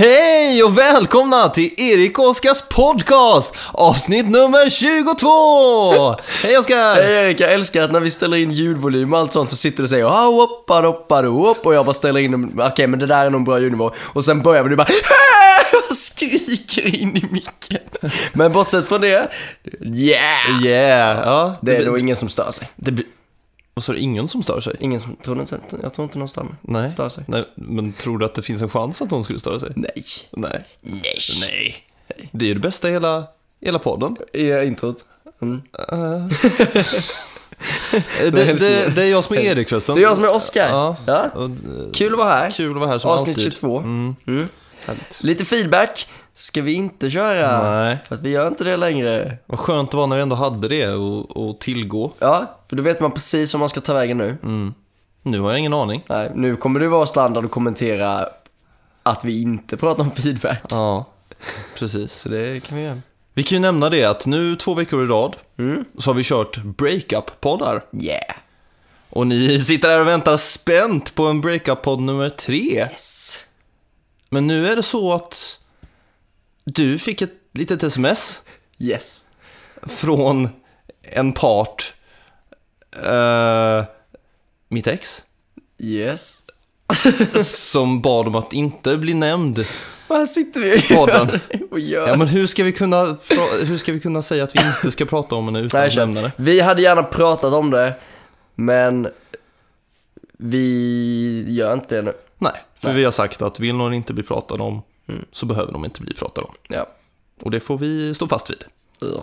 Hej och välkomna till Erik och Oskars podcast, avsnitt nummer 22. Hej Oskar! Hej Erik, jag älskar att när vi ställer in ljudvolym och allt sånt så sitter du och säger och jag bara ställer in, okej, men det där är nog en bra ljudnivå. Och sen börjar vi du bara och skriker in i micken. Men bortsett från det, Ja, det är nog ingen som stör sig. Och så är det ingen som stör sig? Ingen som, jag tror inte någon stör sig. Nej, men tror du att det finns en chans att någon skulle störa sig? Nej. Det är ju det bästa i hela podden. I introt. Det är jag som är Erik förresten. Det är jag som är Oskar. Ja. Kul att vara här. Kul att vara här som Avsnitt alltid. 22. Härligt. Lite feedback ska vi inte köra. Nej. Fast vi gör inte det längre. Vad skönt det var när vi ändå hade det och tillgå. Ja, för då vet man precis vad man ska ta vägen nu. Nu har jag ingen aning. Nej, nu kommer det vara standard att kommentera att vi inte pratar om feedback. Ja, precis. Så det kan vi göra. Vi kan ju nämna det att nu 2 veckor i rad så har vi kört breakup-poddar. Yeah. Och ni sitter där och väntar spänt på en breakup-podd nummer 3. Yes. Men nu är det så att du fick ett litet sms Yes. från en part, mitt ex, Yes. som bad om att inte bli nämnd. Och här sitter vi Podden. och gör. Ja, men hur ska vi kunna säga att vi inte ska prata om henne utan att nämna det? Vi hade gärna pratat om det, men vi gör inte det nu. Nej, för vi har sagt att vill någon inte bli pratad om så behöver de inte bli pratade om. Ja. Och det får vi stå fast vid.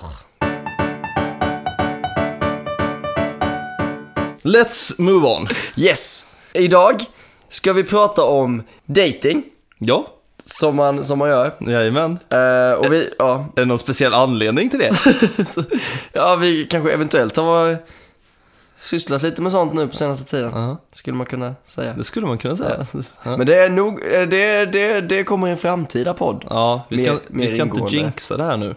Let's move on. Yes. Idag ska vi prata om dating, Ja, som man gör. jajamän. Och vi, ja. Är det någon speciell anledning till det? Ja, vi kanske eventuellt har sysslat lite med sånt nu på senaste tiden. Skulle man kunna säga. Det skulle man kunna säga. Ja. Men det är nog, det kommer i en framtida podd. Ja, vi ska mer inte ingående. jinxa det här nu.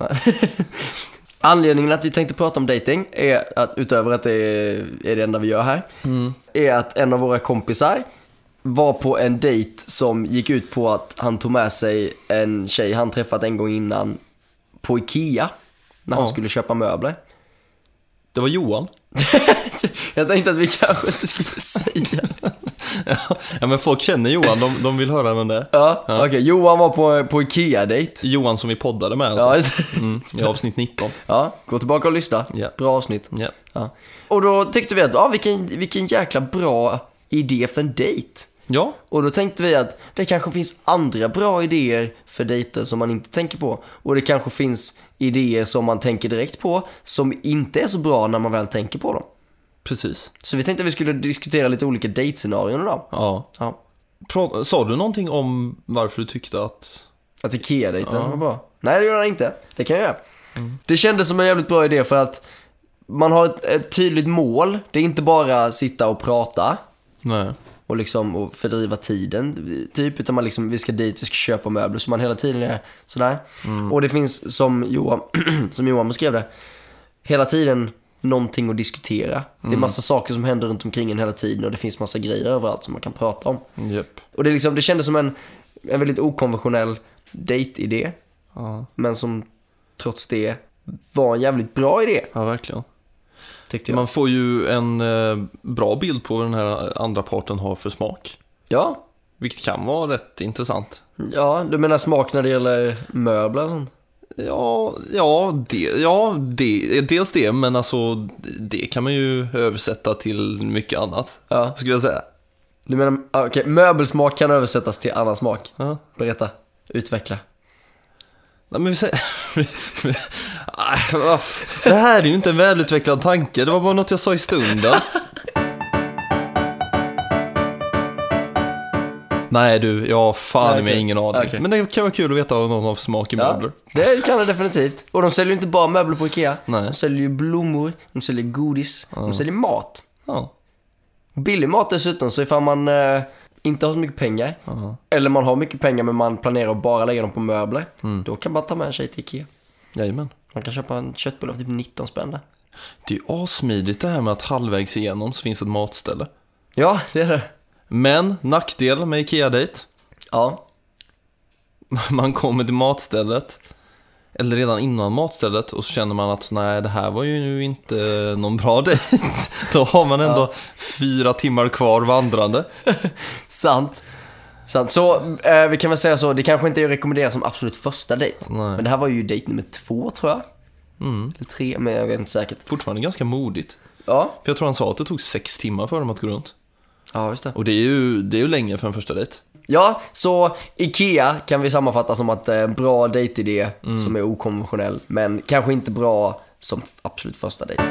Anledningen att vi tänkte prata om dating är att, utöver att det är det enda vi gör här, är att en av våra kompisar var på en dejt som gick ut på att han tog med sig en tjej han träffat en gång innan på Ikea när han skulle köpa möbler. Det var Johan. Jag tänkte att vi kanske inte skulle säga. Ja, men folk känner Johan, de vill höra vem det är. Ja. Okej. Johan var på Ikea-dejt. Johan som vi poddade med alltså. I avsnitt 19. Ja, gå tillbaka och lyssna. Ja. Bra avsnitt. Ja. Ja. Och då tyckte vi att vilken jäkla bra idé för en dejt. Ja, Och då tänkte vi att det kanske finns andra bra idéer för dejter som man inte tänker på. Och det kanske finns idéer som man tänker direkt på som inte är så bra när man väl tänker på dem. precis. Så vi tänkte att vi skulle diskutera lite olika dejtscenarion idag. Ja. Ja. Sa du någonting om varför du tyckte att... Att Ikea-dejten var bra? Nej, det gör jag inte. Det kan jag göra. Det kändes som en jävligt bra idé för att man har ett tydligt mål. Det är inte bara sitta och prata Nej. och liksom och fördriva tiden typ, utan man liksom, vi ska dit, vi ska köpa möbler, så man hela tiden är sådär. Och det finns, som Johan beskrev det, hela tiden någonting att diskutera. Det är massa saker som händer runt omkring en hela tiden och det finns massa grejer överallt som man kan prata om. Yep. Och det, liksom, det kändes som en väldigt okonventionell date-idé, men som trots det var en jävligt bra idé, Ja, verkligen. tyckte jag. Man får ju en bra bild på vad den här andra parten har för smak. Ja, Vilket kan vara rätt intressant. du menar smak när det gäller möbler och sånt? Dels det, men alltså det kan man ju översätta till mycket annat, skulle jag säga. Du menar, okej, möbelsmak kan översättas till annan smak. Ja. Berätta, utveckla. Nej, men vi säger... Det här är ju inte en välutvecklad tanke. Det var bara något jag sa i stunden. Nej du, jag har fan med ingen aning. Okay. Men det kan vara kul att veta vad någon har för smak i möbler. Det kan det definitivt. Och de säljer ju inte bara möbler på Ikea. Nej. De säljer ju blommor, de säljer godis, de säljer mat. Ja. Billig mat dessutom, så ifall man inte har så mycket pengar, eller man har mycket pengar men man planerar att bara lägga dem på möbler, då kan man ta med en tjej till Ikea. Jajamän. Man kan köpa en köttbulle för typ 19 spänn där. Det är ju asmidigt det här med att halvvägs igenom så finns ett matställe. Ja, det är det. Men nackdel med Ikea-date. Ja. man kommer till matstället, eller redan innan matstället, och så känner man att nej, det här var ju nu inte någon bra dejt. Då har man ändå 4 timmar kvar vandrande. Sant. Så vi kan väl säga så, det kanske inte är att rekommendera som absolut första dejt. Nej. Men det här var ju dejt nummer 2, tror jag. Eller 3, men jag vet inte säkert. Fortfarande ganska modigt. Ja. För jag tror han sa att det tog 6 timmar för dem att gå runt. Ja, just det. Och det är ju länge för en första dejt. Ja, så Ikea kan vi sammanfatta som att bra dejtidé som är okonventionell, men kanske inte bra som absolut första dejt.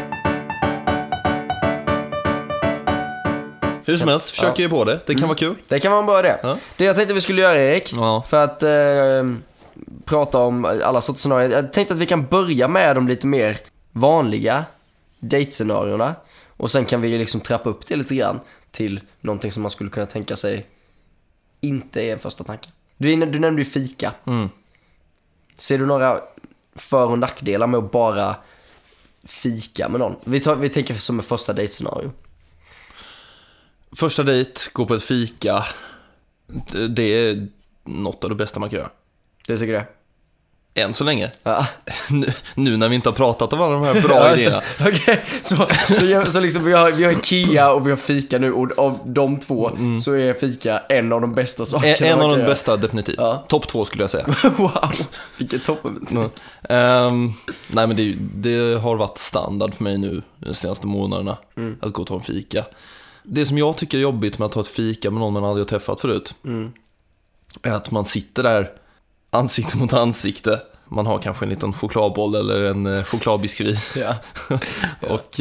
Hur som helst, försöker ju på det. Det kan vara kul. Det kan vara en bra idé. Ja. Det jag tänkte vi skulle göra, Erik, för att prata om alla sorters scenarier. Jag tänkte att vi kan börja med de lite mer vanliga dejtscenarierna. Och sen kan vi liksom trappa upp det lite grann till någonting som man skulle kunna tänka sig inte är en första tanke. Du nämnde ju fika. Ser du några för- och nackdelar med att bara fika med någon? Vi tänker som ett första dejtscenario. Första dejt, gå på ett fika. Det är något av det bästa man kan göra. Du tycker det? Än så länge. Ja. Nu när vi inte har pratat om alla de här bra idéerna. Okej, så liksom vi har Ikea och vi har fika nu. Och av de två så är fika en av de bästa sakerna. En av de bästa, definitivt. Ja. Topp 2 skulle jag säga. Wow, vilket toppen. Nej, men det har varit standard för mig nu de senaste månaderna att gå och ta en fika. Det som jag tycker är jobbigt med att ta ett fika med någon man aldrig har träffat förut är att man sitter där ansikte mot ansikte. Man har kanske en liten chokladboll eller en chokladbiskvi. Ja. och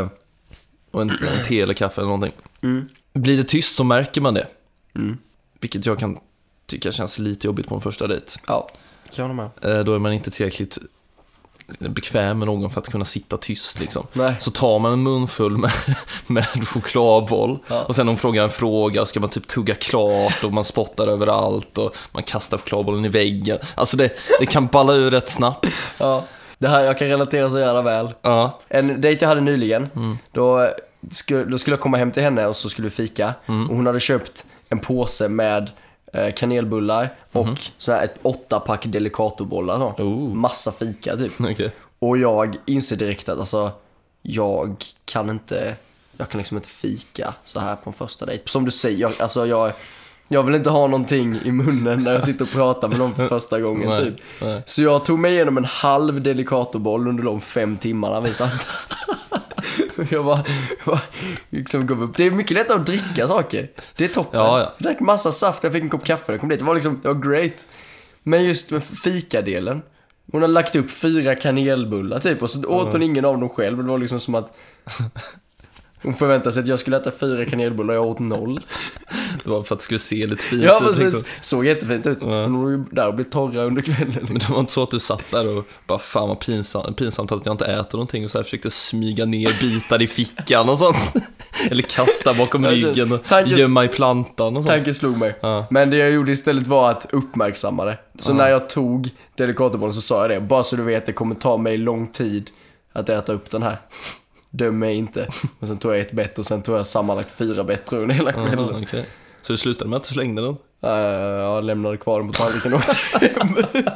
en te eller kaffe eller någonting. Blir det tyst så märker man det. Vilket jag kan tycka känns lite jobbigt på en första dejt. Ja, kan jag med. Då är man inte tillräckligt bekväm med någon för att kunna sitta tyst liksom. Nej. Så tar man en munfull med chokladboll och sen de frågar en fråga ska man typ tugga klart och man spottar överallt och man kastar chokladbollen i väggen. Alltså det kan balla ur rätt snabbt. Ja, det här jag kan relatera så gärna väl. Ja. En dejt jag hade nyligen, då skulle jag komma hem till henne och så skulle vi fika. Och hon hade köpt en påse med kanelbullar och så här ett 8-pack Delicatobollar så. Massa fika typ. Okay. Och jag inser direkt att alltså, jag kan liksom inte fika så här på en första dejt. Som du säger, jag vill inte ha någonting i munnen när jag sitter och pratar med någon för första gången typ. Nej. Så jag tog mig igenom en halv Delicatoboll under de 5 timmarna vi satt. Jag var liksom gav upp. Det är mycket lättare att dricka saker. Det är toppen. Ja. Jag drack massa saft, jag fick en kopp kaffe när jag kom dit. Det var great. Men just med fikadelen, hon har lagt upp 4 kanelbullar typ, och så åt hon ingen av dem själv. Det var liksom som att hon förväntade sig att jag skulle äta 4 kanelbullar och jag åt 0. Det var för att det skulle se lite fint Ja, ut. precis. Såg jättefint ut. Hon var ju där och blev torra under kvällen. Liksom. Men det var inte så att du satt där och bara fan vad pinsamt att jag inte äter någonting och så här försökte smyga ner bitar i fickan och sånt. Eller kasta bakom ryggen och gömma i plantan och sånt. Tanken slog mig. Ja. Men det jag gjorde istället var att uppmärksamma det. Så när jag tog Delicatobollen så sa jag det. Bara så du vet, det kommer ta mig lång tid att äta upp den här. Döm mig inte. Och sen tog jag ett bett och sen tog jag sammanlagt 4 bett under hela kvällen. Okay. Så det slutade med att du slängde den? Jag lämnade kvar den på tallriken och åkte hem.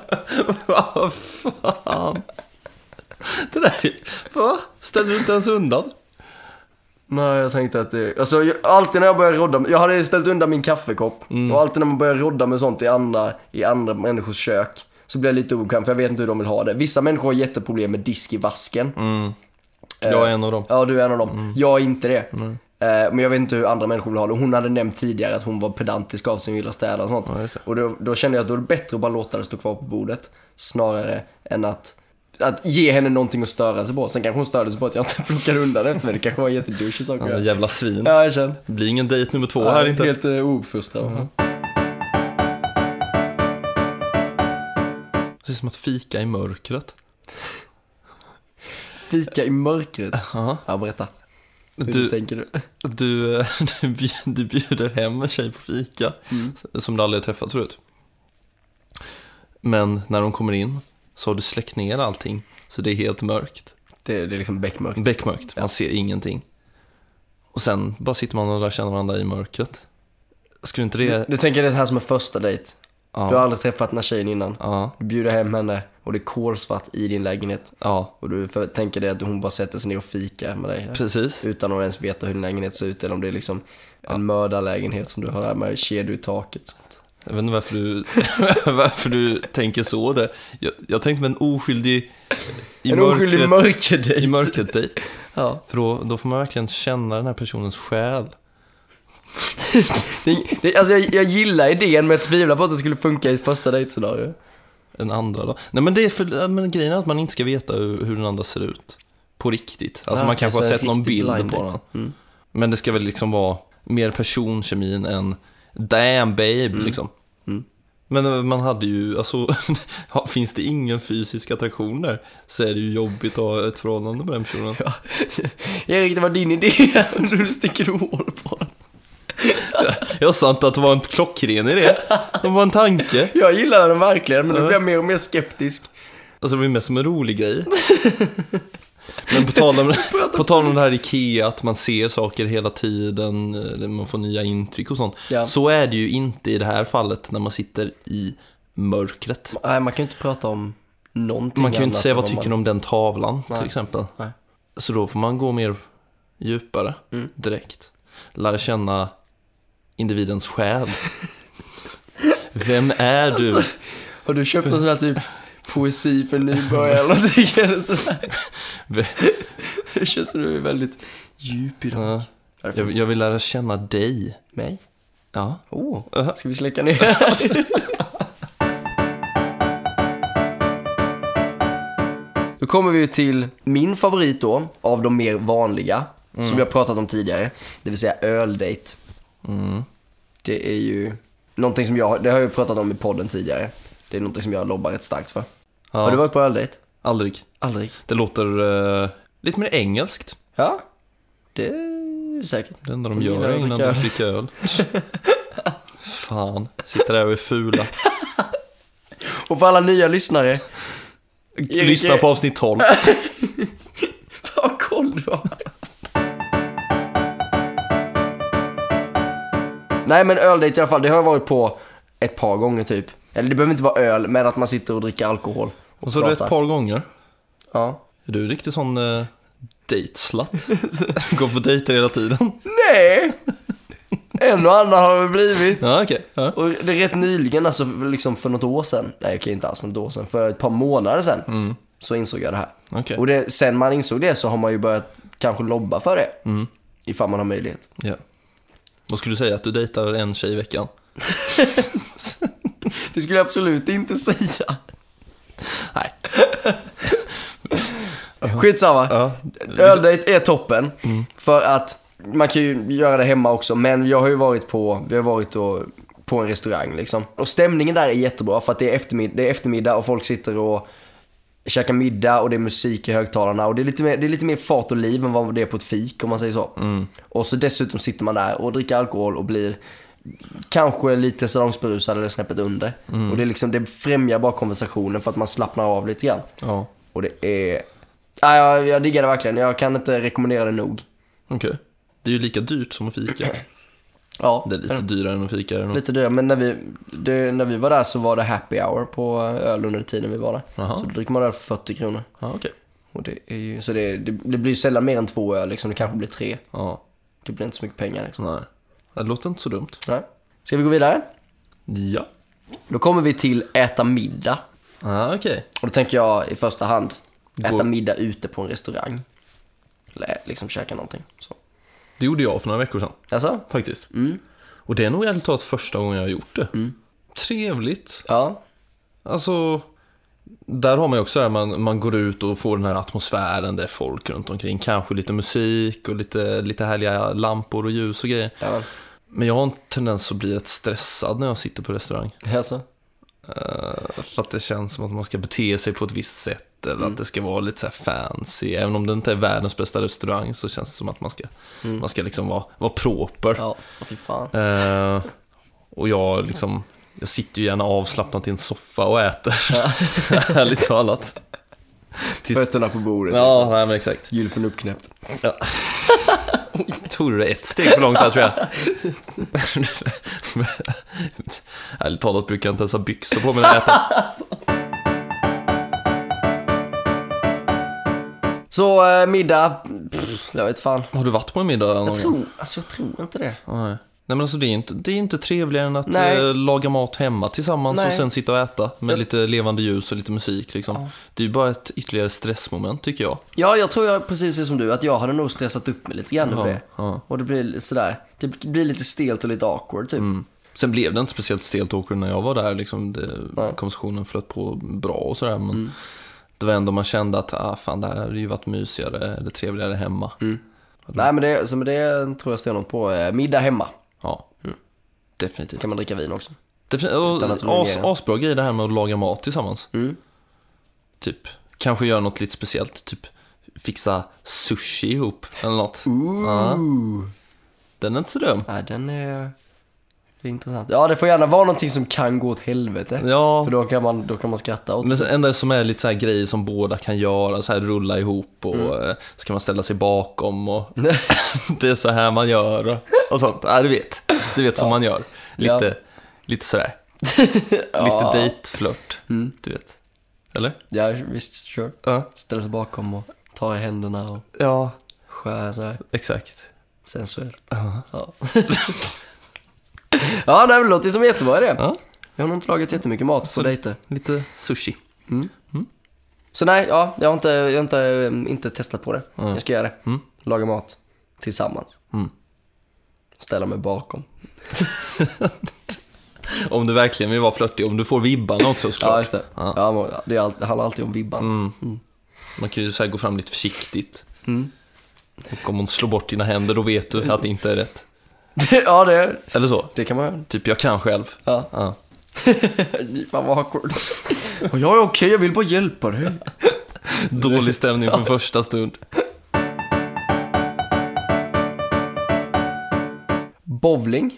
Vad fan? Det där är... Va? Ställde du inte ens undan? Nej, jag tänkte att det... Alltså, alltid när jag börjar rodda... Jag hade ställt undan min kaffekopp. Och alltid när man börjar rodda med sånt i andra människors kök så blir jag lite obekväm, för jag vet inte hur de vill ha det. Vissa människor har jätteproblem med disk i vasken. Jag är en av dem. Ja, du är en av dem. Jag är inte det. Men jag vet inte hur andra människor vill ha det. Hon hade nämnt tidigare att hon var pedantisk av sin vilja städa och sånt. Och då kände jag att då är det bättre att bara låta det stå kvar på bordet snarare än att ge henne någonting att störa sig på. Sen kanske hon störde sig på att jag inte plockade undan efter mig. Det kanske var en jättedouchig sak. Ja, jävla svin. Ja, jag känner. Det blir ingen dejt nummer 2 här inte. Helt ouppfostrad. Det är som att fika i mörkret. Fika i mörkret? Ja. Ja, berätta. Hur tänker du? Du bjuder hem en tjej på fika som du aldrig har träffat förut. Men när de kommer in så har du släckt ner allting. Så det är helt mörkt. Det är liksom beckmörkt. Beckmörkt, man ser ingenting. Och sen bara sitter man och där känner varandra i mörkret. Skulle inte det... Du tänker det här som en första dejt? Du har aldrig träffat den här tjejen innan. Ja. Du bjuder hem henne och det är kolsvart i din lägenhet. Ja. Och du tänker dig att hon bara sätter sig ner och fikar med dig. Precis. Utan att ens veta hur din lägenhet ser ut. Eller om det är liksom en mördarlägenhet som du har där med kedjor i taket. Sånt. Jag vet inte varför du tänker så. Jag tänkte med en oskyldig... oskyldig mörkerdejt. I mörkerdejt. Ja. För då får man verkligen känna den här personens själ. Alltså jag gillar idén, men jag tvivlar på att det skulle funka i första dejtscenario. En andra då? Nej, men det är men grejen är att man inte ska veta hur den andra ser ut. På riktigt. Alltså man kanske har sett någon bild på den. Men det ska väl liksom vara mer personkemin än damn babe liksom. Men man hade ju, alltså finns det ingen fysisk attraktion där, så är det ju jobbigt att ha ett förhållande med den personen. Ja. Erik, det var din idé. Du sticker hål på den. Jag sa inte att det var en klockren idé. Det var en tanke. Jag gillar den verkligen, men nu blir jag mer och mer skeptisk. Alltså det var ju mest som en rolig grej. Men på tal om det här Ikea, att man ser saker hela tiden, man får nya intryck och sånt. Ja. Så är det ju inte i det här fallet när man sitter i mörkret. Nej, man kan ju inte prata om någonting. Man kan ju inte säga vad tycker om den tavlan till exempel. Nej. Så då får man gå mer djupare direkt. Lära känna individens själ. Vem är du? Alltså, har du köpt någon sån här typ poesi för nybörjare eller någonting eller sådär? Det känns som du är väldigt djup idag. Ja. Jag vill lära känna dig. Mig? Ja. Ska vi släcka ner? Då kommer vi till min favorit då, av de mer vanliga, som jag pratat om tidigare. Det vill säga öldate. Det är ju någonting som det har jag pratat om i podden tidigare. Det är någonting som jag lobbar rätt starkt för. Ja. Har du varit på öldate? Aldrig. Det låter lite mer engelskt. Ja, det är säkert. Det enda de gör innan de dricker öl. Fan, sitter där och är fula. Och för alla nya lyssnare, lyssna på avsnitt 12. Vad koll du har. Nej, men öldate i alla fall, det har jag varit på ett par gånger typ. Eller det behöver inte vara öl, men att man sitter och dricker alkohol. Och så är det ett par gånger. Ja. Är du riktigt sån dejtslat? Går på dejter hela tiden? Nej! En och annan har det blivit. Ja, okej. Ja. Och det är rätt nyligen, alltså liksom för något år sedan. Nej, okej, inte alls för något år sedan. För ett par månader sedan så insåg jag det här. Okay. Och sen man insåg det så har man ju börjat kanske lobba för det. Ifall man har möjlighet. Ja. Vad skulle du säga, att du dejtar en tjej i veckan? Det skulle jag absolut inte säga. Nej. Skitsamma. Öldate är toppen. För att man kan ju göra det hemma också. Men vi har varit på en restaurang liksom. Och stämningen där är jättebra. För att det är eftermiddag och folk sitter och käkar middag. Och det är musik i högtalarna. Och det är lite mer fart och liv än vad det är på ett fik, om man säger så. Och så dessutom sitter man där och dricker alkohol och blir kanske lite salongsberusad eller snäppet under. Och det är liksom, det främjar bara konversationen för att man slappnar av lite grann. Ja. Och det är... jag diggar det verkligen. Jag kan inte rekommendera det nog. Okej. Det är ju lika dyrt som att fika. Ja. Det är lite dyrare än att fika. Lite dyrare, men när vi var där så var det happy hour på öl under tiden vi var där. Aha. Så då dricker man där för 40 kronor. Ja, okej. Och det är ju, så det blir ju sällan mer än 2 öl liksom. Det kanske blir 3. Ja. Det blir inte så mycket pengar liksom. Nej. Det låter inte så dumt. Nej. Ska vi gå vidare? Ja. Då kommer vi till äta middag. Okej. Och då tänker jag i första hand äta middag ute på en restaurang. Eller liksom käka någonting. Så. Det gjorde jag för några veckor sedan. Alltså? Faktiskt. Och det är nog ärligt talat första gången jag har gjort det. Trevligt. Ja. Alltså, där har man ju också där man går ut och får den här atmosfären där folk runt omkring. Kanske lite musik och lite härliga lampor och ljus och grejer. Ja. Men jag har en tendens att bli rätt stressad när jag sitter på restaurang. Alltså? För att det känns som att man ska bete sig på ett visst sätt. Eller att det ska vara lite så här fancy. Även om det inte är världens bästa restaurang så känns det som att man ska liksom vara proper. Ja, fy fan. Och jag sitter ju gärna avslappnat i en soffa och äter. Ärligt talat. Fötterna på bordet. Ja, liksom. Nej, men exakt. Gylfen uppknäppt. Ja. Tog du det ett steg för långt här, tror jag. Ärligt talat brukar jag inte ens ha byxor på mig när jag äter. Så middag, jag vet fan. Har du varit på en middag någon gång? Jag tror inte det. Nej, men alltså det är inte trevligare än att laga mat hemma tillsammans och sen sitta och äta med lite levande ljus och lite musik liksom. Ja. Det är ju bara ett ytterligare stressmoment tycker jag. Ja, jag tror jag precis som du att jag hade nog stressat upp mig lite grann över det. Ja. Och det blir sådär, det blir lite stelt och lite awkward typ. Sen blev det inte speciellt stelt och awkward när jag var där liksom. Konversationen flöt på bra och sådär, men det var ändå man kände att fan, det här hade ju varit mysigare eller trevligare hemma. Nej, men det tror jag står något på. Middag hemma. Ja, definitivt. Kan man dricka vin också. Asbra grej det här med att laga mat tillsammans. Typ, kanske göra något lite speciellt. Typ, fixa sushi ihop eller något. Ja. Den är inte så dum. Nej, det är intressant. Ja, det får gärna vara någonting som kan gå åt helvete. Ja. För då kan man skratta åt. Men det enda som är lite så här grejer som båda kan göra, så här rulla ihop och ska man ställa sig bakom och det är så här man gör och sånt. Ja, du vet som man gör. Lite sådär. Lite date-flört, du vet. Eller? Ja, visst, sure. Ställa sig bakom och ta i händerna och skär så här. Exakt. Sensuellt. Ja. Ja, det låter som jättebra idé. Jag har nog inte lagat jättemycket mat på dejter. Lite sushi. Så nej, jag har inte testat på det. Jag ska göra det. Laga mat tillsammans. Ställa mig bakom. Om du verkligen vill vara flörtig, om du får vibbarna också såklart. Ja, just det. Ja, det handlar alltid om vibban. Man kan ju så här gå fram lite försiktigt. Och om hon slår bort dina händer, då vet du att det inte är rätt. Ja, det är. Eller så. Det kan man göra. Typ, jag kan själv. Ja. Fan vad awkward. Jag är okej, jag vill bara hjälpa dig. Dålig stämning från första stund. Bowling.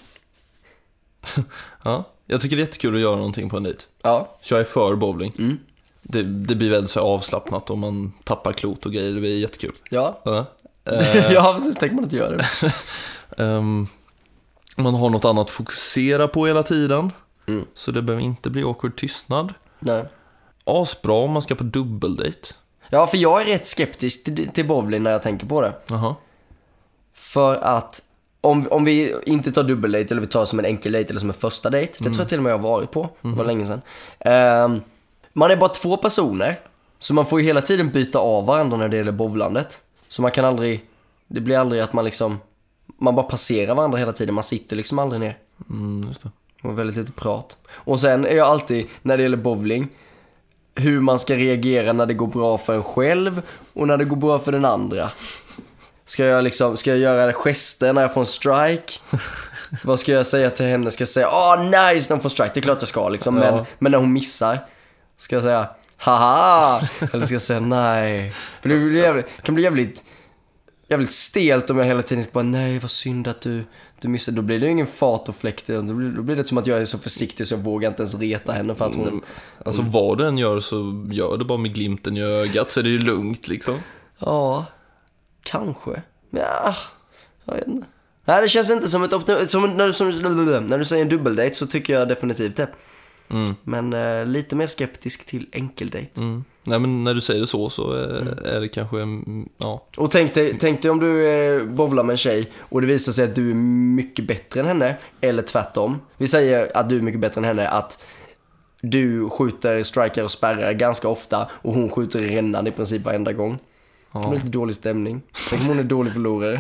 Ja, jag tycker det är jättekul att göra någonting på en dejt. Ja. Jag är för bowling. Det blir väldigt så avslappnat om man tappar klot och grejer. Det blir jättekul. Ja. Ja, precis. Tänker man inte göra det. Man har något annat att fokusera på hela tiden. Så det behöver inte bli awkward tystnad. Nej. Asbra om man ska på dubbeldate. Ja, för jag är rätt skeptisk till bowling när jag tänker på det. För att om vi inte tar dubbeldate eller vi tar som en enkel date eller som en första date, det tror jag till och med jag har varit på. Det var länge sedan. Man är bara 2 personer, så man får ju hela tiden byta av varandra när det gäller bowlandet. Så man kan aldrig, det blir aldrig att man liksom, man bara passerar varandra hela tiden. Man sitter liksom aldrig ner. Just det. Och väldigt lite prat. Och sen är jag alltid, när det gäller bowling, hur man ska reagera när det går bra för en själv och när det går bra för den andra. Ska jag göra gester när jag får en strike? Vad ska jag säga till henne? Ska jag säga, nice, när hon får strike? Det är klart jag ska liksom. Men när hon missar, ska jag säga, haha? Eller ska jag säga, nej? För det kan bli jävligt stelt om jag hela tiden ska bara, nej, vad synd att du missade. Då blir det ju ingen fart och fläkt. Då blir det som att jag är så försiktig så jag vågar inte ens reta henne för att hon... Alltså vad du än gör så gör det bara med glimten i ögat, så är det ju lugnt liksom. Ja, kanske. Ja, jag vet inte. Nej, det känns inte som ett när du säger en dubbeldate så tycker jag definitivt det. Men lite mer skeptisk till enkeldate. Nej, men när du säger det så är det kanske ja. Och tänk dig om du bowlar med en tjej och det visar sig att du är mycket bättre än henne, eller tvärtom. Vi säger att du är mycket bättre än henne, att du skjuter, strikar och spärrar ganska ofta och hon skjuter rännan i princip varenda gång. Det blir lite dålig stämning. Tänk om hon är dålig förlorare.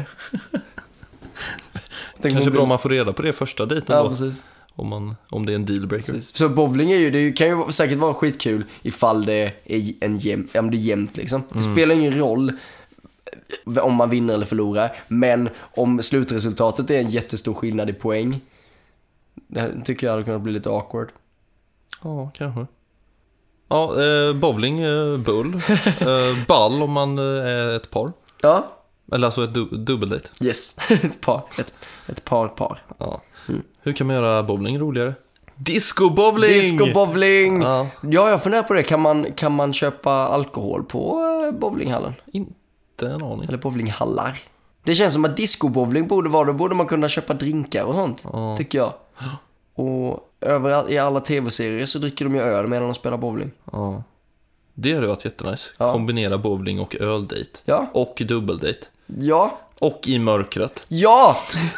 Kanske bra om man får reda på det första dejten då. Precis. Om det är en dealbreaker. Precis. Så bowling kan ju säkert vara skitkul ifall det är om det är jämnt liksom. Det spelar ingen roll om man vinner eller förlorar, men om slutresultatet är en jättestor skillnad i poäng, det tycker jag hade kunnat bli lite awkward. Ja, kanske. Ja, bowling, bull. Ball om man är ett par. Ja. Eller alltså ett dubbeldate. Yes, ett par. Ja. Hur kan man göra bowling roligare? Disco-bowling! Disco-bowling! Ja, jag funderar på det. Kan man köpa alkohol på bowlinghallen? Inte en aning. Eller bowlinghallar. Det känns som att disco-bowling borde man kunna köpa drinkar och sånt, tycker jag. Och överallt i alla tv-serier så dricker de ju öl medan de spelar bowling. Ja. Det hade varit jättenice. Ja. Kombinera bowling och öldate. Ja. Och dubbeldate. Ja. Och i mörkret. Ja!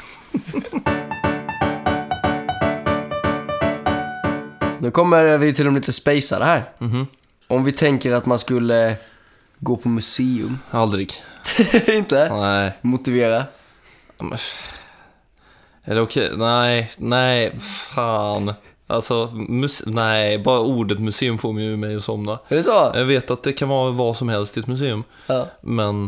Nu kommer vi till de lite spacade här. Om vi tänker att man skulle gå på museum. Aldrig. Inte? Nej. Motivera. Är det okej? Nej, fan. Alltså, nej, bara ordet museum får mig att somna. Är det så? Jag vet att det kan vara vad som helst i ett museum. Ja. Men...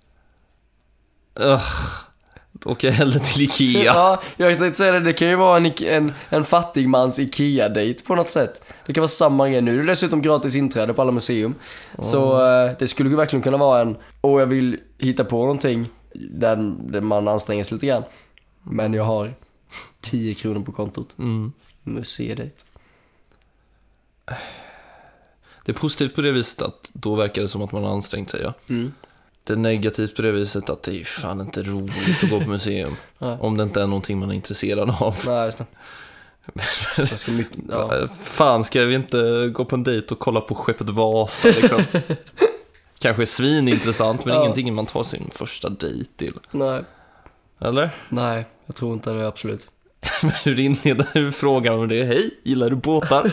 Åker hellre till Ikea. Ja, jag tänkte säga det kan ju vara en fattig mans Ikea-date på något sätt. Det kan vara samma grej nu. Det är dessutom gratis inträde på alla museum. Så det skulle ju verkligen kunna vara jag vill hitta på någonting där man anstränger sig lite grann. Men jag har 10 kronor på kontot. Museidate. Det är positivt på det viset att då verkar det som att man har ansträngt sig. Ja. Det är negativt på det viset att det är fan inte roligt att gå på museum. Om det inte är någonting man är intresserad av. Nej, just det. Jag ska mycket, ja. Fan, ska vi inte gå på en dejt och kolla på skeppet Vasa liksom? Kanske svinintressant, men ingenting man tar sin första dejt till. Nej. Eller? Nej, jag tror inte det, absolut. Hur inleder du frågan om det? Hej, gillar du båtar?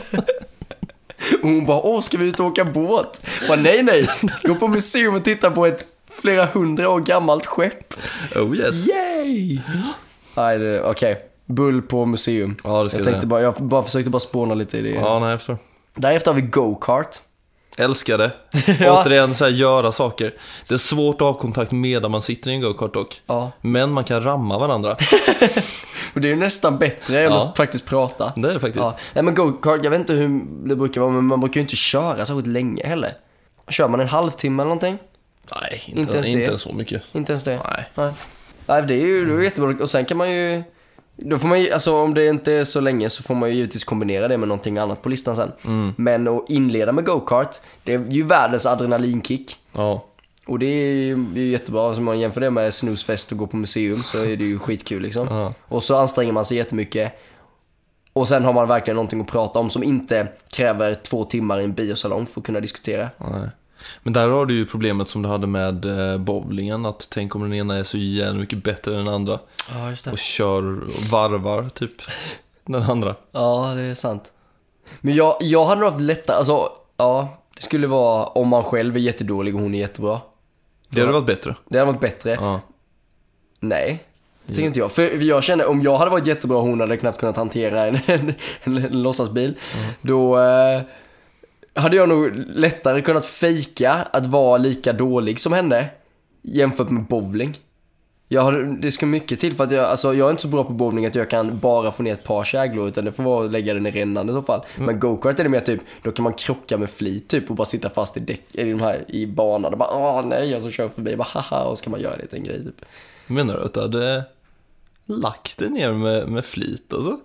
Och hon bara, ska vi ut och åka båt? Bara, nej, vi ska gå på museum och titta på ett flera 100 år gammalt skepp. Oh yes. Yay! Nej, okej. Bull på museum. Ja, det ska jag försökte spåna lite i det. Ja, nej, jag förstår. Därefter har vi go-kart. Älskar det. Ja. Återigen, så här, göra saker. Det är svårt att ha kontakt medan man sitter i en go-kart dock. Ja. Men man kan ramma varandra. Och det är ju nästan bättre än att faktiskt prata. Det är det faktiskt. Ja. Nej, men go-kart, jag vet inte hur det brukar vara, men man brukar ju inte köra så länge heller. Kör man en halvtimme eller någonting? Nej, Inte inte så mycket. Inte ens det? Nej. Nej, det är ju jättebra. Och sen kan man ju... Då får man ju, alltså om det inte är så länge så får man ju givetvis kombinera det med någonting annat på listan sen. Men att inleda med go-kart, det är ju världens adrenalinkick. Ja. Och det är ju jättebra. Alltså, om man jämför det med snusfest och gå på museum så är det ju skitkul liksom. Ja. Och så anstränger man sig jättemycket. Och sen har man verkligen någonting att prata om som inte kräver 2 timmar i en biosalong för att kunna diskutera. Nej. Men där har du ju problemet som du hade med bowlingen. Att tänk om den ena är så jävla mycket bättre än den andra. Ja, just det. Och kör och varvar typ den andra. Ja, det är sant. Men jag hade nog haft lättare. Alltså, ja, det skulle vara om man själv är jättedålig och hon är jättebra. Det hade varit bättre. Det hade varit bättre. Ja. Nej, det tycker inte jag. För jag känner, om jag hade varit jättebra och hon hade knappt kunnat hantera en låtsasbil, då hade jag nog lättare kunnat fejka att vara lika dålig som henne jämfört med bowling. Det ska mycket till för att jag är inte så bra på bowling att jag kan bara få ner ett par käglor, utan det får vara att lägga den i rännan i så fall. Men go-kart är det mer typ, då kan man krocka med flit typ och bara sitta fast i banan och bara, nej, och så kör förbi, bara haha, och så kan man göra det till en grej typ. Menar du att du hade lagt det ner med flit alltså?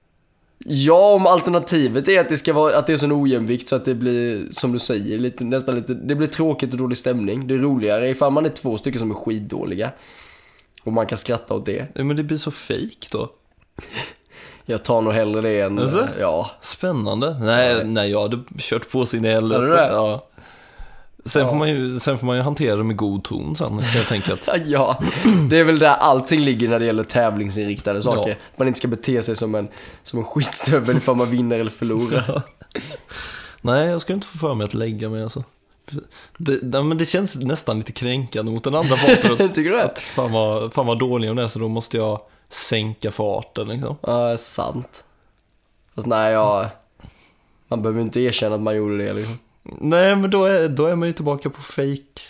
Ja, om alternativet är att det ska vara att det är sån ojämvikt så att det blir, som du säger, nästan lite, det blir tråkigt och dålig stämning. Det är roligare ifall man är 2 stycken som är skitdåliga och man kan skratta åt det. Ja, men det blir så fake då. Jag tar nog hellre det än... Alltså? Ja. Spännande. Nej, jag hade kört på sin el. Ja. Sen får man ju hantera det med god ton sen, helt enkelt. Ja, det är väl där allting ligger när det gäller tävlingsinriktade saker. Ja. Man inte ska bete sig som en skitstövel ifall man vinner eller förlorar. Nej, jag ska inte få för mig att lägga mig alltså. Men det känns nästan lite kränkande mot den andra parten. Tycker du det? Att fan vad dålig om det är, så då måste jag sänka farten liksom. Ja, sant. Fast nej, man behöver inte erkänna att man gjorde det liksom. Nej, men då är man ju tillbaka på fake.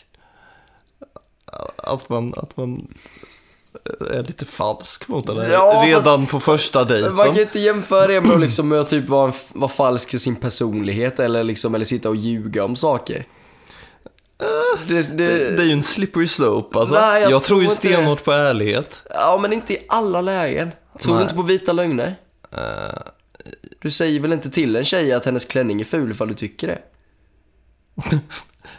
Att man är lite falsk mot den redan på första dejten. Man kan inte jämföra det med, liksom, med att typ vara falsk i sin personlighet eller sitta och ljuga om saker. Det är ju en slippery slope alltså. Nej, jag tror ju stenhårt på ärlighet. Ja, men inte i alla lägen. Tror du inte på vita lögner? Du säger väl inte till en tjej att hennes klänning är ful ifall du tycker det?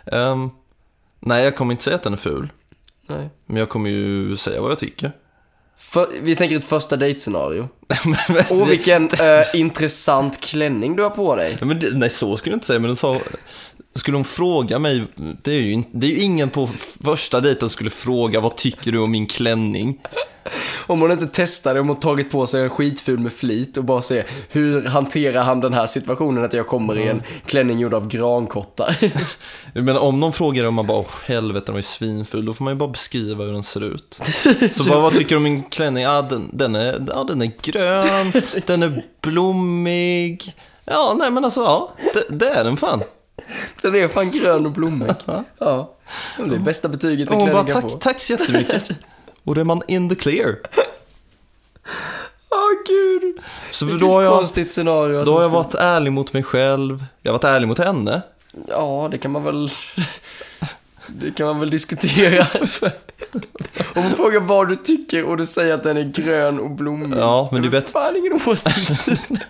Nej, jag kommer inte säga att den är ful. Nej. Men jag kommer ju säga vad jag tycker. Vi tänker ett första dejtscenario. Vilken intressant klänning du har på dig. Nej, så skulle jag inte säga. Men skulle hon fråga mig, det är ju ingen på första dejten skulle fråga vad tycker du om min klänning. Om hon inte testar det, om hon tagit på sig en skitful med flit och bara se hur hanterar han den här situationen att jag kommer i en klänning gjord av grankottar. Men om någon frågar om man bara, helvete den var ju svinful, då får man ju bara beskriva hur den ser ut. Så bara, vad tycker du om min klänning? Den är grön, den är blommig. Ja, nej men alltså, ja, det är den fan. Den är fan grön och blommig. Ja, det är bästa betyget en klänning kan få. Tack så jättemycket. Och då är man in the clear. Gud. Så då har konstigt scenario. Då har jag varit ärlig mot mig själv. Jag har varit ärlig mot henne. Ja, det kan man väl diskutera. Om man frågar vad du tycker och du säger att den är grön och blommig. Ja, men det är bättre. Fan ingen åsikt.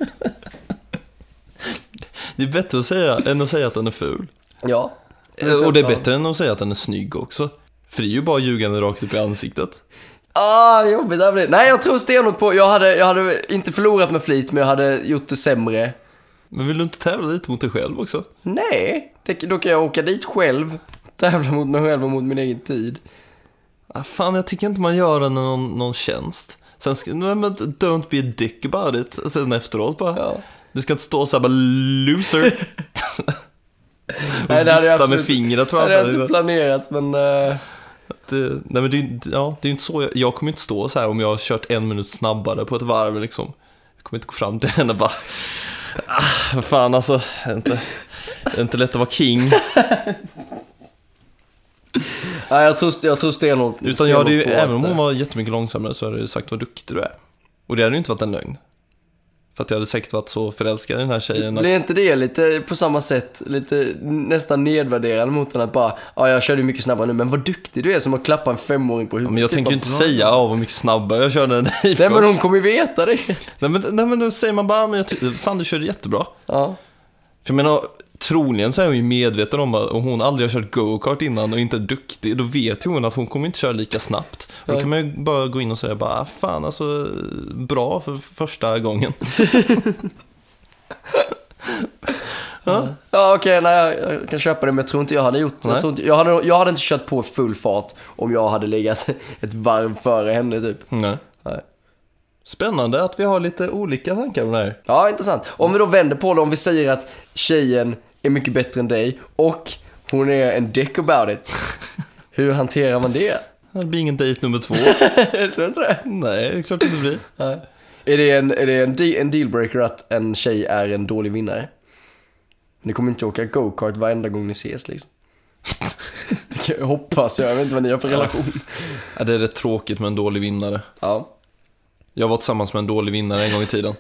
Det är bättre att säga än att säga att den är ful. Ja. Och det är bättre än att säga att den är snygg också. För det är ju bara ljugande rakt upp i ansiktet. Jobbigt där det. Nej, jag tror stenhårt på. Jag hade inte förlorat med flit, men jag hade gjort det sämre. Men vill du inte tävla lite mot dig själv också? Nej, då kan jag åka dit själv. Tävla mot mig själv och mot min egen tid. Fan, jag tycker inte man gör den någon tjänst. Sen don't be a dick about it. Sen efteråt bara. Ja. Du ska inte stå så här bara loser. Nej, det hade jag absolut med fingret, tror jag. Det hade jag inte planerat, men... Nej, men det är ju inte så. Jag kommer inte stå så här om jag har kört 1 minut snabbare på ett varv liksom. Jag kommer inte gå fram till henne och bara fan alltså, det är inte lätt att vara king. Nej, jag tror stenhårt. Utan jag hade ju, även om hon var jättemycket långsammare, så hade jag sagt vad duktig du är. Och det hade ju inte varit en lögn. För att jag hade säkert varit så förälskad i den här tjejen. Blir inte det lite på samma sätt, lite nästan nedvärderande mot den att bara, jag körde mycket snabbare nu, men vad duktig du är som att klappa en 5-åring på huvudet. Men jag typ tänker ju inte säga vad mycket snabbare jag körde än dig. Nej, men hon kommer ju veta det. Nej, men då säger man bara, men fan du körde jättebra. Ja. För jag menar, troligen så är hon ju medveten om att om hon aldrig har kört go-kart innan och inte är duktig, då vet hon att hon kommer inte köra lika snabbt. Och då kan man ju bara gå in och säga bara, fan alltså, bra för första gången. Ja, okej, nej, jag kan köpa det, men jag tror inte jag hade gjort. Jag hade inte kört på full fart om jag hade legat ett varv före henne typ. Nej. Spännande att vi har lite olika tankar om det här. Ja, intressant. Om vi då vänder på det, om vi säger att tjejen är mycket bättre än dig och hon är en dick about it. Hur hanterar man det? Det blir ingen dejt nummer 2. Tror du inte det? Nej, det är klart det inte blir. Nej. Är det en dealbreaker att en tjej är en dålig vinnare? Ni kommer inte åka go-kart varenda gång ni ses liksom. Jag hoppas, jag vet inte vad ni har för relation. Ja, det är rätt tråkigt med en dålig vinnare. Ja. Jag var tillsammans med en dålig vinnare en gång i tiden.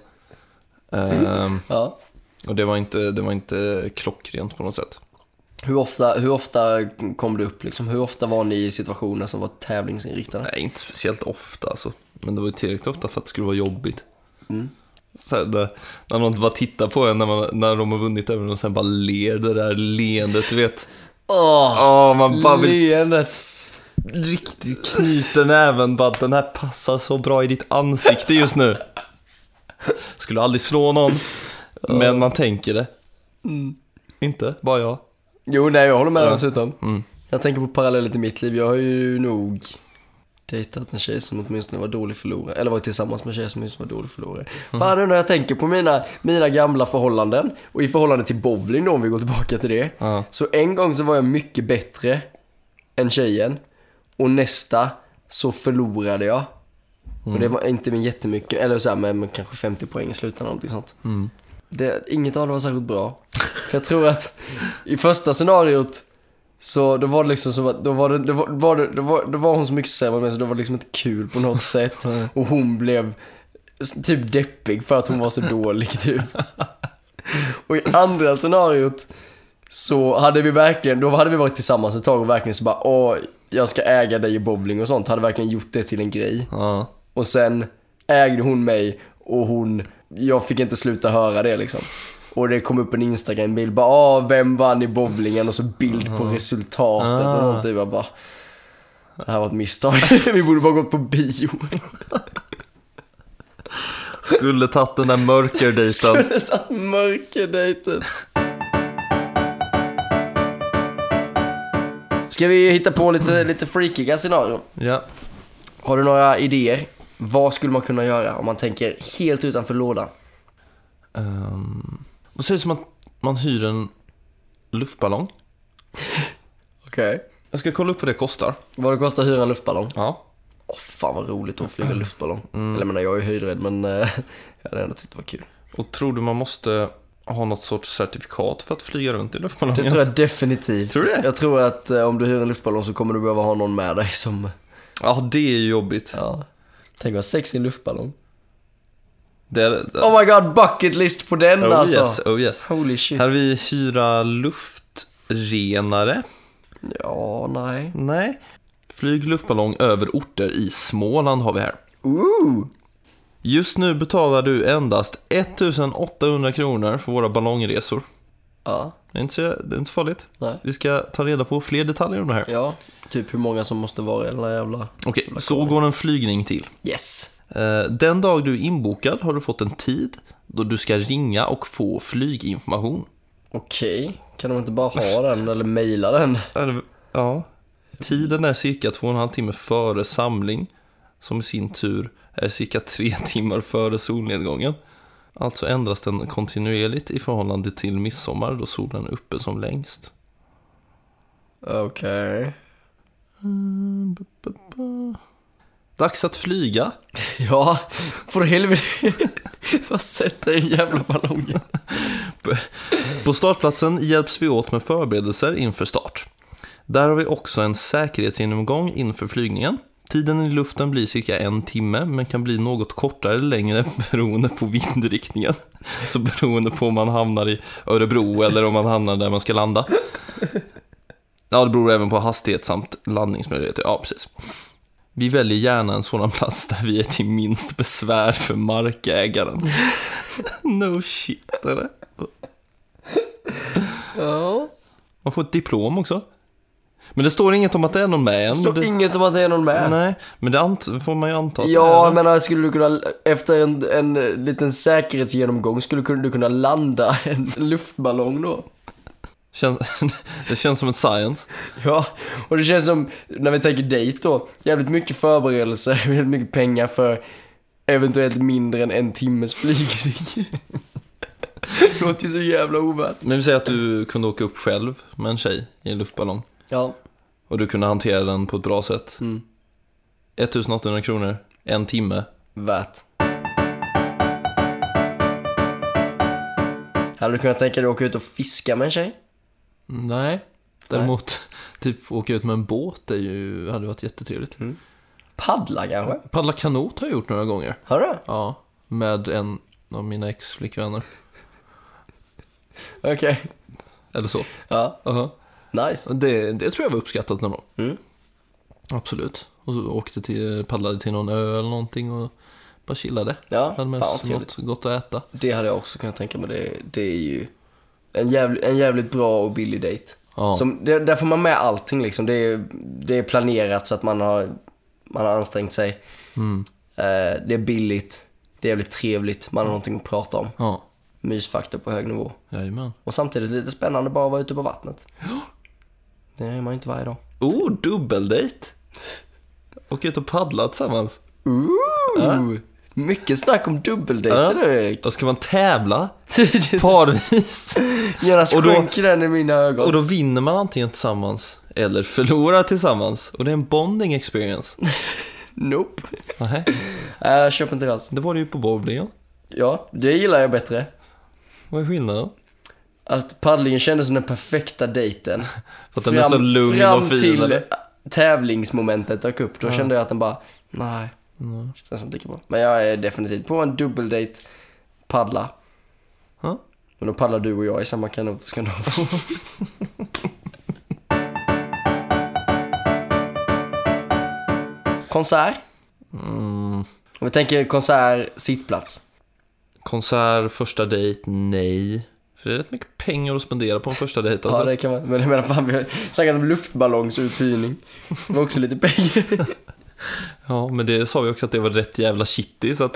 Ja. Och det var inte klockrent på något sätt. Hur ofta kom det upp liksom? Hur ofta var ni i situationer som var tävlingsinriktade? Nej, inte speciellt ofta alltså. Men det var ju tillräckligt ofta för att det skulle vara jobbigt. Så här, när någon bara tittar på en när de har vunnit över och sen bara ler det där leendet, du vet. Man bara vill riktigt knyter näven, bara den här passar så bra i ditt ansikte just nu. Skulle aldrig slå någon, men man tänker det. Inte, bara jag. Jo, nej, jag håller med dessutom. Jag tänker på paralleller till mitt liv. Jag har ju nog dejtat en tjej som åtminstone var dålig förlorare. Eller varit tillsammans med en tjej som åtminstone var dålig förlorare. Fan, nu när jag tänker på mina gamla förhållanden, och i förhållande till bowling då, om vi går tillbaka till det. Så en gång så var jag mycket bättre än tjejen, och nästa så förlorade jag. Och det var inte med jättemycket, eller så här, med kanske 50 poäng i slutändan, någonting sånt. Inget av det var särskilt bra. För jag tror att i första scenariot så då var det liksom så att då var hon så mycket sämre med, så då var det liksom inte kul på något sätt. Och hon blev typ deppig för att hon var så dålig typ. Och i andra scenariot så hade vi varit tillsammans ett tag och verkligen så bara, jag ska äga dig i bowling och sånt. Hade verkligen gjort det till en grej. Och sen ägde hon mig och jag fick inte sluta höra det liksom. Och det kom upp en Instagram-bild bara, vem vann i bowlingen? Och så bild på resultatet och sånt. Jag bara, Det här var ett misstag. Vi borde bara gått på bio. Skulle tagit den där mörkerdejten. Skulle tagit mörkerdejten. Ska vi hitta på lite freakiga scenarion? Ja. Har du några idéer? Vad skulle man kunna göra om man tänker helt utanför lådan? Vad sägs om att man hyr en luftballong? Okej. Jag ska kolla upp vad det kostar. Vad det kostar att hyra en luftballong? Ja. Fan vad roligt att flyga luftballong. Eller jag menar, jag är höjdrädd, men jag hade ändå tyckt det var kul. Och tror du man måste ha något sorts certifikat för att flyga runt i luftballongen? Det tror jag definitivt. Tror du det? Jag tror att om du hyr en luftballong så kommer du behöva ha någon med dig som... Ja, det är ju jobbigt. Ja. Tänk vad sex i en luftballong. Det. Oh my god, bucket list på den alltså. Yes, oh yes. Holy shit. Här vi hyra luftrenare. Ja, nej. Nej. Flyg luftballong över orter i Småland har vi här. Ooh. Just nu betalar du endast 1800 kronor för våra ballongresor. Ja. Det är inte så farligt. Nej. Vi ska ta reda på fler detaljer om det här. Ja, typ hur många som måste vara i den där jävla... Okej, så går en flygning till. Yes. Den dag du är inbokad har du fått en tid då du ska ringa och få flyginformation. Okej. Kan de inte bara ha den eller mejla den? Ja. Tiden är cirka 2,5 timmar före samling, som i sin tur är cirka 3 timmar före solnedgången. Alltså ändras den kontinuerligt i förhållande till midsommar då solen är uppe som längst. Okej. Dags att flyga. Ja, för helvete. Vad sätter en jävla ballong? På startplatsen hjälps vi åt med förberedelser inför start. Där har vi också en säkerhetsgenomgång inför flygningen. Tiden i luften blir cirka 1 timme, men kan bli något kortare eller längre beroende på vindriktningen. Så beroende på om man hamnar i Örebro eller om man hamnar där man ska landa. Ja, det beror även på hastighet samt landningsmöjligheter. Ja, precis. Vi väljer gärna en sådan plats där vi är till minst besvär för markägaren. No shit, eller? Ja. Man får ett diplom också. Men det står inget om att det är någon med än. Det står inget om att det är någon med. Nej, men det får man ju anta. Ja, jag menar, skulle du kunna, efter en liten säkerhetsgenomgång, skulle du kunna landa en luftballong då? Det känns som en science. Ja, och det känns som, när vi tänker dejt då, jävligt mycket förberedelser, väldigt mycket pengar för eventuellt mindre än 1 timmes flygning. Det låter ju så jävla ovärt. Men vi säger att du kunde åka upp själv med en tjej i en luftballong. Ja. Och du kunde hantera den på ett bra sätt. 1800 kronor, 1 timme. Värt. Hade du kunnat tänka dig att åka ut och fiska med en tjej? Nej. Däremot, typ åka ut med en båt hade varit jättetrevligt. Paddla kanske? Paddla kanot har jag gjort några gånger. Har du? Ja, med en av mina ex-flickvänner. Okej. Eller så. Ja. Nice. Det tror jag var uppskattat någon gång. Absolut. Och så paddlade till någon ö eller någonting och bara chillade. Ja, hade med något gott att äta. Det hade jag också kunnat tänka mig. Det är ju en jävligt bra och billig dejt. Ja. Där får man med allting liksom. Det är planerat så att man har ansträngt sig. Det är billigt. Det är jävligt trevligt. Man har någonting att prata om. Ja. Mysfaktor på hög nivå. Jajamän. Och samtidigt lite spännande bara att vara ute på vattnet. Ja. Det är man ju inte varje dag. Dubbeldejt. Åka ut och paddla tillsammans. Ja. Mycket snack om dubbeldejter nu, Erik. Då ska man tävla parvis. Genast sjunker den i mina ögon. Och då vinner man antingen tillsammans eller förlorar tillsammans. Och det är en bonding experience. Nope. Nej. Jag köper inte det alls. Det var det ju på bowlingen. Ja, det gillar jag bättre. Vad är skillnaden? Att paddlingen kändes som den perfekta dejten. För att den är så lugn och fin. Till eller? tävlingsmomentet dök upp. Då kände jag att den bara, nej. Känns inte lika bra. Men jag är definitivt på en dubbeldejt. Paddla. Men då paddlar du och jag i samma kanot. Ska då. Konsert. Om vi tänker konsert, sittplats. Konsert, första dejt, nej. För det är rätt mycket pengar att spendera på en första dejt. Alltså. Ja, det kan man. Men jag menar, fan, vi har snackat om luftballongsuthyrning. Det var också lite pengar. Ja, men det sa vi också att det var rätt jävla shitty, så att...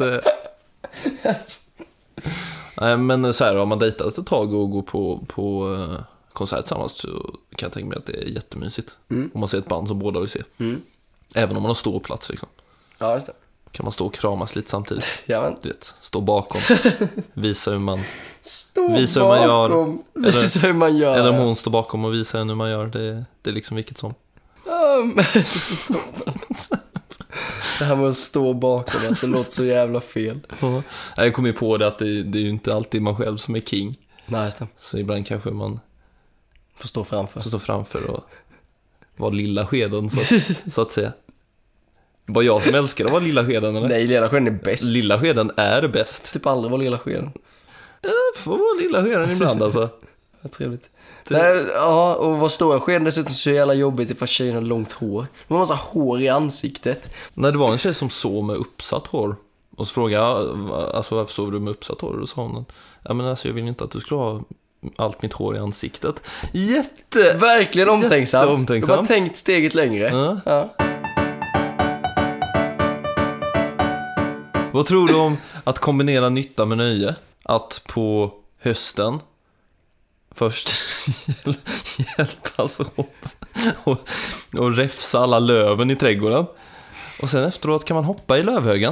Nej, men så här, om man dejtar ett tag och går på konsert tillsammans, så kan jag tänka mig att det är jättemysigt. Om man ser ett band som båda vill se. Även om man har ståplats liksom. Ja, just det. Kan man stå och kramas lite samtidigt. Ja, men. Du vet, stå bakom. Visa hur man... Visa hur man gör. Eller om hon står bakom och visar hur man gör. Det är liksom vilket som. Det här med att stå bakom, alltså, låter så jävla fel. Jag kommer ju på det att det är ju inte alltid man själv som är king. Nej, just det. Så ibland kanske man får stå framför och vara lilla skeden, så att säga. Bara jag som älskar att vara lilla skeden, eller? Nej, lilla skeden är bäst. Lilla skeden är bäst. Typ aldrig vara lilla skeden. Får vara lilla skeden ibland, alltså. Vad trevligt. Nej, ja, och vad stora skeden dessutom så jävla jobbigt ifall tjejen har långt hår. Man har massa hår i ansiktet. När det var en tjej som sov med uppsatt hår, och så frågade jag, alltså varför sover du med uppsatt hår? Och så sa hon, ja men alltså jag vill inte att du skulle ha allt mitt hår i ansiktet. Verkligen omtänksamt. De har tänkt steget längre. Ja. Vad tror du om att kombinera nytta med nöje? Att på hösten först hjälpas åt och räfsa alla löven i trädgården. Och sen efteråt kan man hoppa i lövhögen.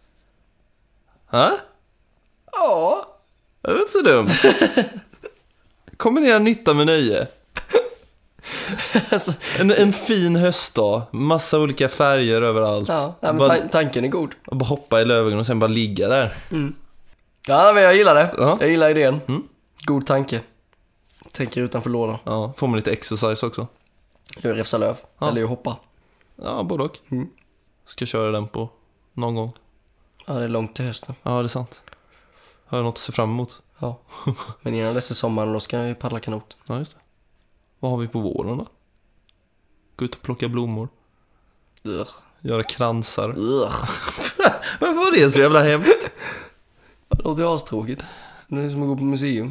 Ja. Det är inte så dumt. Kombinera nytta med nöje. Alltså, en fin höstdag. Massa olika färger överallt. Ja, men tanken är god. Bara hoppa i lövhögen och sen bara ligga där. Ja, men jag gillar det. Ja. Jag gillar idén. God tanke. Tänker utanför lådan. Ja, får man lite exercise också. Jag räfsa löv. Ja. Eller jag hoppa. Ja, både och. Ska köra den på någon gång. Ja, det är långt till hösten. Ja, det är sant. Har jag något att se fram emot. Ja. Men innan dess är sommaren, då ska jag ju paddla kanot. Ja, just det. Vad har vi på våren då? Gå ut och plocka blommor. Göra kransar. Varför var det så jävla hemskt? Det låter ju astråkigt. Det är som att gå på museum.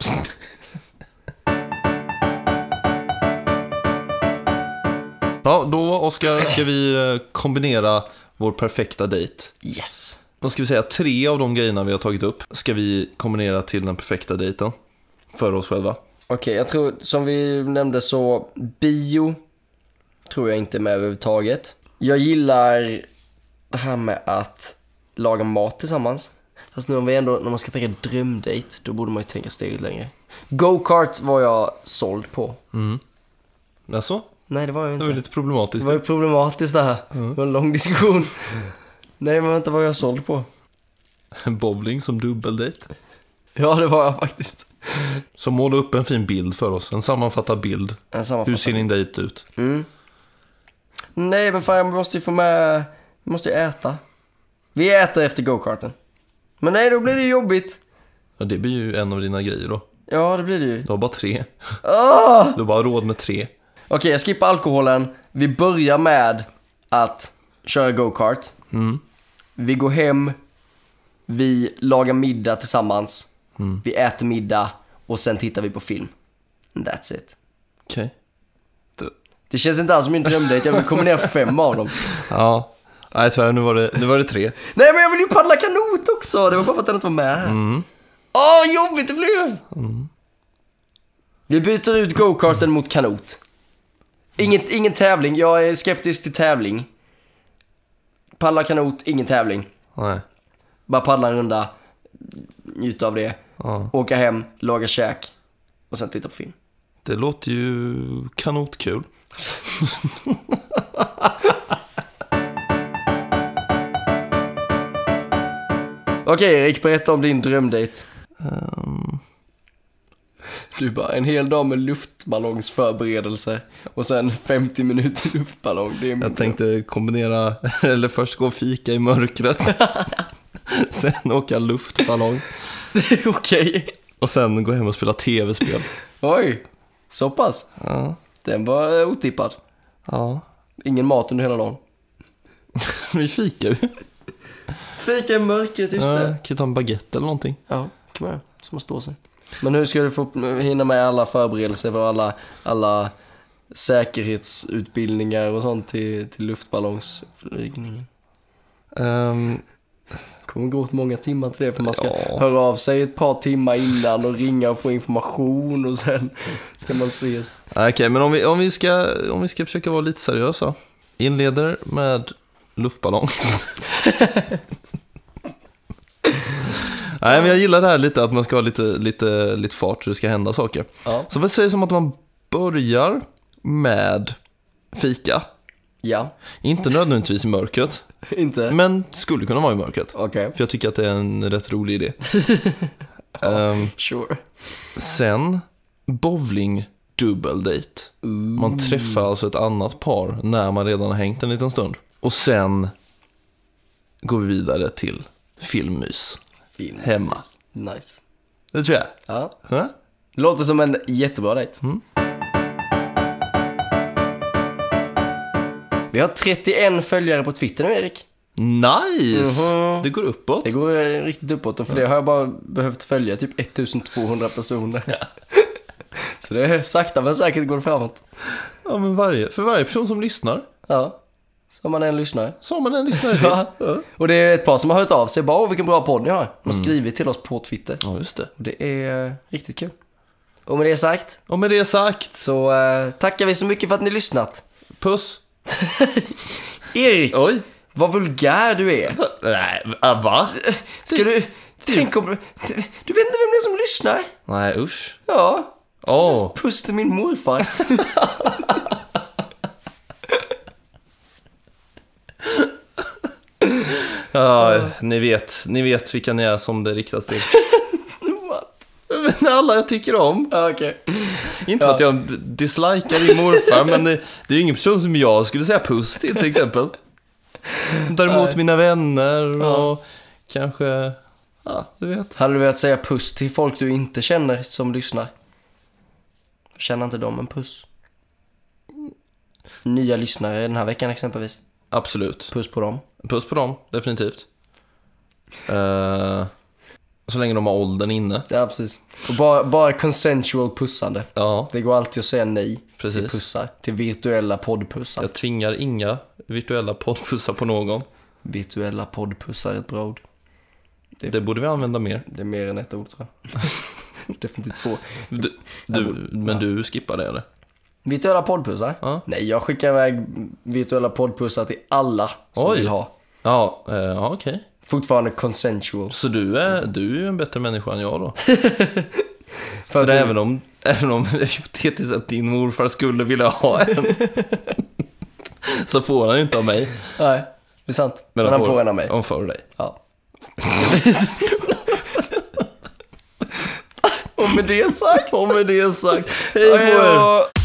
Ja, då Oskar ska vi kombinera vår perfekta dejt. Yes. Då ska vi säga 3 av de grejerna vi har tagit upp ska vi kombinera till den perfekta dejten för oss själva. Okej, jag tror som vi nämnde så bio tror jag inte med överhuvudtaget. Jag gillar det här med att laga mat tillsammans. Fast nu om vi ändå, när man ska tänka drömdate, då borde man ju tänka steget längre. Go-kart var jag såld på. Alltså? Nej, det var jag inte. Det var lite problematiskt. Det var ju problematiskt det här. Det var en lång diskussion. Nej, men vänta, vad jag såld på? En bowling som dubbeldate. Ja, det var jag faktiskt. Så måla upp en fin bild för oss. En sammanfattad bild. Hur ser din dejt ut? Nej, men fan, jag måste ju få med... Vi måste ju äta. Vi äter efter go-karten. Men nej, då blir det jobbigt. Ja, det blir ju en av dina grejer då. Ja, det blir det ju. Du har bara 3. Du har bara råd med 3. Okej, jag skippar alkoholen. Vi börjar med att köra go-kart. Vi går hem. Vi lagar middag tillsammans. Vi äter middag. Och sen tittar vi på film. And that's it. Okej. Det känns inte alls som min drömdate. Jag vill kombinera 5 av dem. Ja. Nej, tyvärr, nu var det 3. Nej, men jag vill ju paddla kanot också. Det var bara för att den inte var med här. Jobbigt det blev. Vi byter ut go-karten mot kanot. Ingen tävling. Jag är skeptisk till tävling. Paddla kanot, ingen tävling. Nej. Bara paddla en runda. Njuta av det. Åka hem, laga käk. Och sen titta på film. Det låter ju kanotkul. Okej, Erik, berätta om din drömdate. Du bara, en hel dag med luftballongsförberedelse och sen 50 minuter luftballong. Det är jag tänkte kombinera, eller först gå och fika i mörkret. Sen åka luftballong. Okej. Och sen gå hem och spela tv-spel. Oj, så pass? Ja. Den var otippad. Ja. Ingen mat under hela dagen. Vi fikar ju. Fika i mörkret, just det. Kan ta en baguette eller någonting. Ja, kan man göra. Som man står sig. Men hur ska du få hinna med alla förberedelser för alla säkerhetsutbildningar och sånt till luftballongsflygningen? Kommer gå åt många timmar till det, för man ska höra av sig ett par timmar innan och ringa och få information och sen ska man ses. Okej, men om vi ska försöka vara lite seriösa. Inleder med luftballong. Nej, men jag gillar det här lite, att man ska ha lite fart så det ska hända saker. Ja. Så vad säger som att man börjar med fika. Ja. Inte nödvändigtvis i mörkret. Inte? Men skulle kunna vara i mörkret. Okej. För jag tycker att det är en rätt rolig idé. Sure. Sen bowling dubbeldate. Man träffar alltså ett annat par när man redan har hängt en liten stund. Och sen går vi vidare till filmmys. Hemma. Nice. Det tror jag. Ja. Huh? Låter som en jättebra dejt. Vi har 31 följare på Twitter nu, Erik. Nice! Det går uppåt. Det går riktigt uppåt, och för det har jag bara behövt följa typ 1200 personer. Så det är sakta men säkert går framåt. Ja, men för varje person som lyssnar. Ja, så man en lyssnare. Ja. Och det är ett par som har hört av sig. Bara, vilken bra podd ni har. De har skrivit till oss på Twitter. Ja, just det. Och det är riktigt kul. Och med det sagt så tackar vi så mycket för att ni lyssnat. Puss. Erik, Oj. vad vulgär du är. Nej, va? Ska du... Tänk om... Du vet inte vem det är som lyssnar? Nej, usch. Ja. Puss till min morfar. Ja, ni vet vilka ni är som det riktas till. Men alla jag tycker om. Okej. Inte för att jag dislikar din morfar, men det är ju ingen person som jag skulle säga puss till exempel. Däremot mina vänner och kanske, du vet. Hade du velat säga puss till folk du inte känner som lyssnar? Känner inte de en puss? Nya lyssnare den här veckan exempelvis. Absolut. Puss på dem. Puss på dem, definitivt. Så länge de har åldern inne. Ja, precis. Och bara consensual pussande. Ja, Det går alltid att säga nej till precis. pussar. Till virtuella poddpussar. Jag tvingar inga virtuella poddpussar på någon. Virtuella poddpussar är ett bra ord. Det borde vi använda mer. Det är mer än ett ord, tror jag. Definitivt 2. Men du skippar det, eller? Virtuella poddpussar? Ja. Nej, jag skickar iväg virtuella poddpussar till alla som vill ha. Ja, okej. Fortfarande consensual. Så du är ju en bättre människa än jag då. För även om hypotetiskt att din morfar skulle vilja ha en, så får han inte av mig. Nej, det är sant. Men han får en av mig. Han får dig. Ja. Och med det sagt. Hej på er.